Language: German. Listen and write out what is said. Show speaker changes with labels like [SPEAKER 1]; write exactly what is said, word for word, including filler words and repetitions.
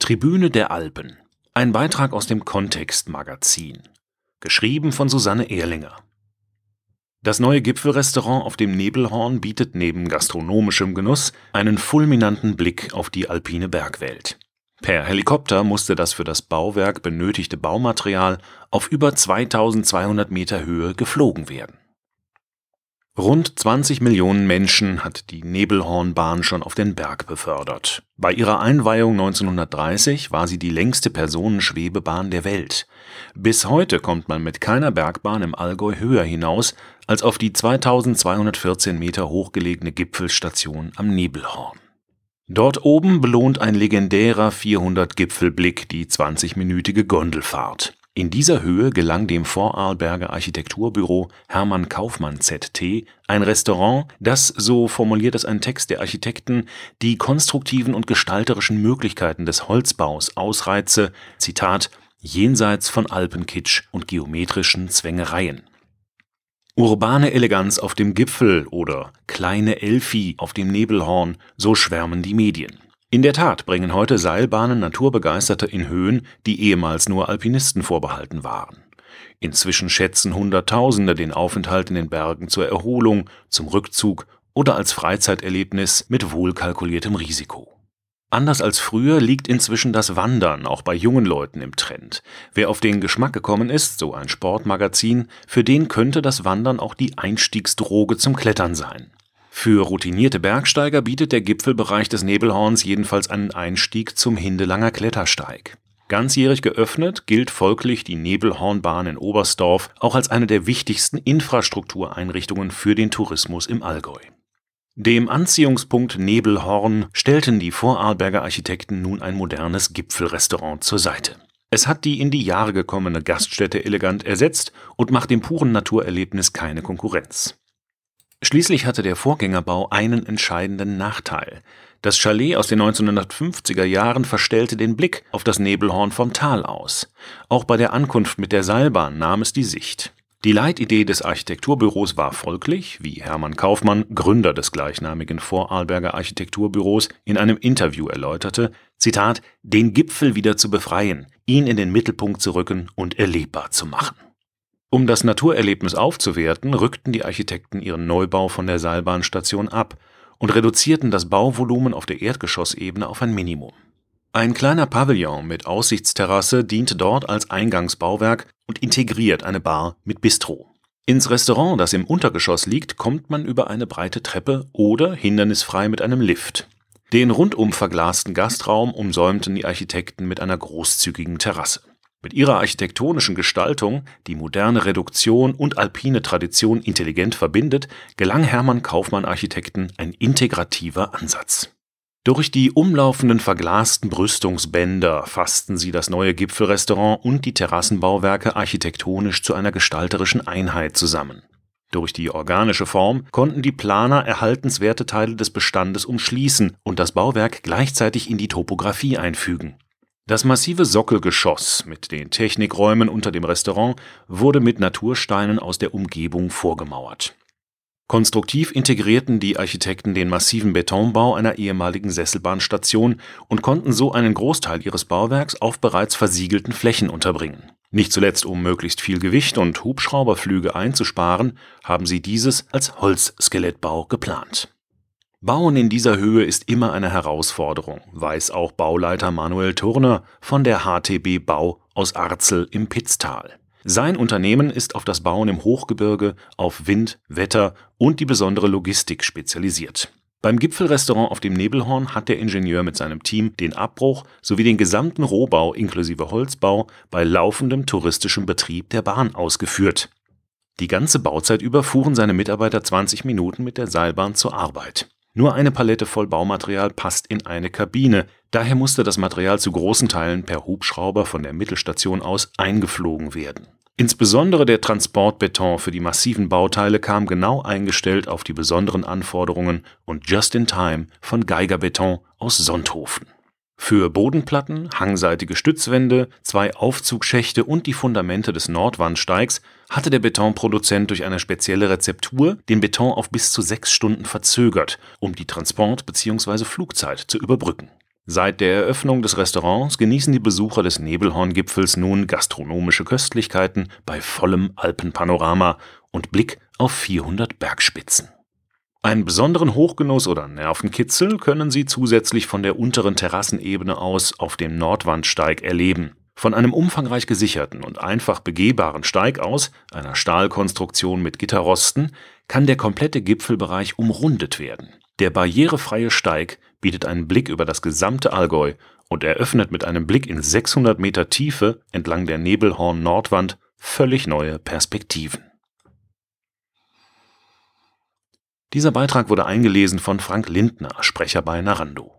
[SPEAKER 1] Tribüne der Alpen. Ein Beitrag aus dem Kontext-Magazin. Geschrieben von Susanne Ehrlinger. Das neue Gipfelrestaurant auf dem Nebelhorn bietet neben gastronomischem Genuss einen fulminanten Blick auf die alpine Bergwelt. Per Helikopter musste das für das Bauwerk benötigte Baumaterial auf über zweitausendzweihundert Meter Höhe geflogen werden. Rund zwanzig Millionen Menschen hat die Nebelhornbahn schon auf den Berg befördert. Bei ihrer Einweihung neunzehnhundertdreißig war sie die längste Personenschwebebahn der Welt. Bis heute kommt man mit keiner Bergbahn im Allgäu höher hinaus als auf die zweitausendzweihundertvierzehn Meter hochgelegene Gipfelstation am Nebelhorn. Dort oben belohnt ein legendärer vierhundert-Gipfelblick die zwanzigminütige Gondelfahrt. In dieser Höhe gelang dem Vorarlberger Architekturbüro Hermann Kaufmann Z T ein Restaurant, das, so formuliert es ein Text der Architekten, die konstruktiven und gestalterischen Möglichkeiten des Holzbaus ausreize, Zitat, jenseits von Alpenkitsch und geometrischen Zwängereien. Urbane Eleganz auf dem Gipfel oder kleine Elfi auf dem Nebelhorn, so schwärmen die Medien. In der Tat bringen heute Seilbahnen Naturbegeisterte in Höhen, die ehemals nur Alpinisten vorbehalten waren. Inzwischen schätzen Hunderttausende den Aufenthalt in den Bergen zur Erholung, zum Rückzug oder als Freizeiterlebnis mit wohlkalkuliertem Risiko. Anders als früher liegt inzwischen das Wandern auch bei jungen Leuten im Trend. Wer auf den Geschmack gekommen ist, so ein Sportmagazin, für den könnte das Wandern auch die Einstiegsdroge zum Klettern sein. Für routinierte Bergsteiger bietet der Gipfelbereich des Nebelhorns jedenfalls einen Einstieg zum Hindelanger Klettersteig. Ganzjährig geöffnet gilt folglich die Nebelhornbahn in Oberstdorf auch als eine der wichtigsten Infrastruktureinrichtungen für den Tourismus im Allgäu. Dem Anziehungspunkt Nebelhorn stellten die Vorarlberger Architekten nun ein modernes Gipfelrestaurant zur Seite. Es hat die in die Jahre gekommene Gaststätte elegant ersetzt und macht dem puren Naturerlebnis keine Konkurrenz. Schließlich hatte der Vorgängerbau einen entscheidenden Nachteil. Das Chalet aus den neunzehnhundertfünfziger Jahren verstellte den Blick auf das Nebelhorn vom Tal aus. Auch bei der Ankunft mit der Seilbahn nahm es die Sicht. Die Leitidee des Architekturbüros war folglich, wie Hermann Kaufmann, Gründer des gleichnamigen Vorarlberger Architekturbüros, in einem Interview erläuterte, Zitat, den Gipfel wieder zu befreien, ihn in den Mittelpunkt zu rücken und erlebbar zu machen. Um das Naturerlebnis aufzuwerten, rückten die Architekten ihren Neubau von der Seilbahnstation ab und reduzierten das Bauvolumen auf der Erdgeschossebene auf ein Minimum. Ein kleiner Pavillon mit Aussichtsterrasse diente dort als Eingangsbauwerk und integriert eine Bar mit Bistro. Ins Restaurant, das im Untergeschoss liegt, kommt man über eine breite Treppe oder hindernisfrei mit einem Lift. Den rundum verglasten Gastraum umsäumten die Architekten mit einer großzügigen Terrasse. Mit ihrer architektonischen Gestaltung, die moderne Reduktion und alpine Tradition intelligent verbindet, gelang Hermann Kaufmann Architekten ein integrativer Ansatz. Durch die umlaufenden verglasten Brüstungsbänder fassten sie das neue Gipfelrestaurant und die Terrassenbauwerke architektonisch zu einer gestalterischen Einheit zusammen. Durch die organische Form konnten die Planer erhaltenswerte Teile des Bestandes umschließen und das Bauwerk gleichzeitig in die Topographie einfügen. Das massive Sockelgeschoss mit den Technikräumen unter dem Restaurant wurde mit Natursteinen aus der Umgebung vorgemauert. Konstruktiv integrierten die Architekten den massiven Betonbau einer ehemaligen Sesselbahnstation und konnten so einen Großteil ihres Bauwerks auf bereits versiegelten Flächen unterbringen. Nicht zuletzt, um möglichst viel Gewicht und Hubschrauberflüge einzusparen, haben sie dieses als Holzskelettbau geplant. Bauen in dieser Höhe ist immer eine Herausforderung, weiß auch Bauleiter Manuel Turner von der H T B Bau aus Arzel im Pitztal. Sein Unternehmen ist auf das Bauen im Hochgebirge, auf Wind, Wetter und die besondere Logistik spezialisiert. Beim Gipfelrestaurant auf dem Nebelhorn hat der Ingenieur mit seinem Team den Abbruch sowie den gesamten Rohbau inklusive Holzbau bei laufendem touristischem Betrieb der Bahn ausgeführt. Die ganze Bauzeit über fuhren seine Mitarbeiter zwanzig Minuten mit der Seilbahn zur Arbeit. Nur eine Palette voll Baumaterial passt in eine Kabine, daher musste das Material zu großen Teilen per Hubschrauber von der Mittelstation aus eingeflogen werden. Insbesondere der Transportbeton für die massiven Bauteile kam genau eingestellt auf die besonderen Anforderungen und just in time von Geiger Beton aus Sonthofen. Für Bodenplatten, hangseitige Stützwände, zwei Aufzugschächte und die Fundamente des Nordwandsteigs hatte der Betonproduzent durch eine spezielle Rezeptur den Beton auf bis zu sechs Stunden verzögert, um die Transport- bzw. Flugzeit zu überbrücken. Seit der Eröffnung des Restaurants genießen die Besucher des Nebelhorngipfels nun gastronomische Köstlichkeiten bei vollem Alpenpanorama und Blick auf vierhundert Bergspitzen. Einen besonderen Hochgenuss oder Nervenkitzel können Sie zusätzlich von der unteren Terrassenebene aus auf dem Nordwandsteig erleben. Von einem umfangreich gesicherten und einfach begehbaren Steig aus, einer Stahlkonstruktion mit Gitterrosten, kann der komplette Gipfelbereich umrundet werden. Der barrierefreie Steig bietet einen Blick über das gesamte Allgäu und eröffnet mit einem Blick in sechshundert Meter Tiefe entlang der Nebelhorn-Nordwand völlig neue Perspektiven. Dieser Beitrag wurde eingelesen von Frank Lindner, Sprecher bei Narando.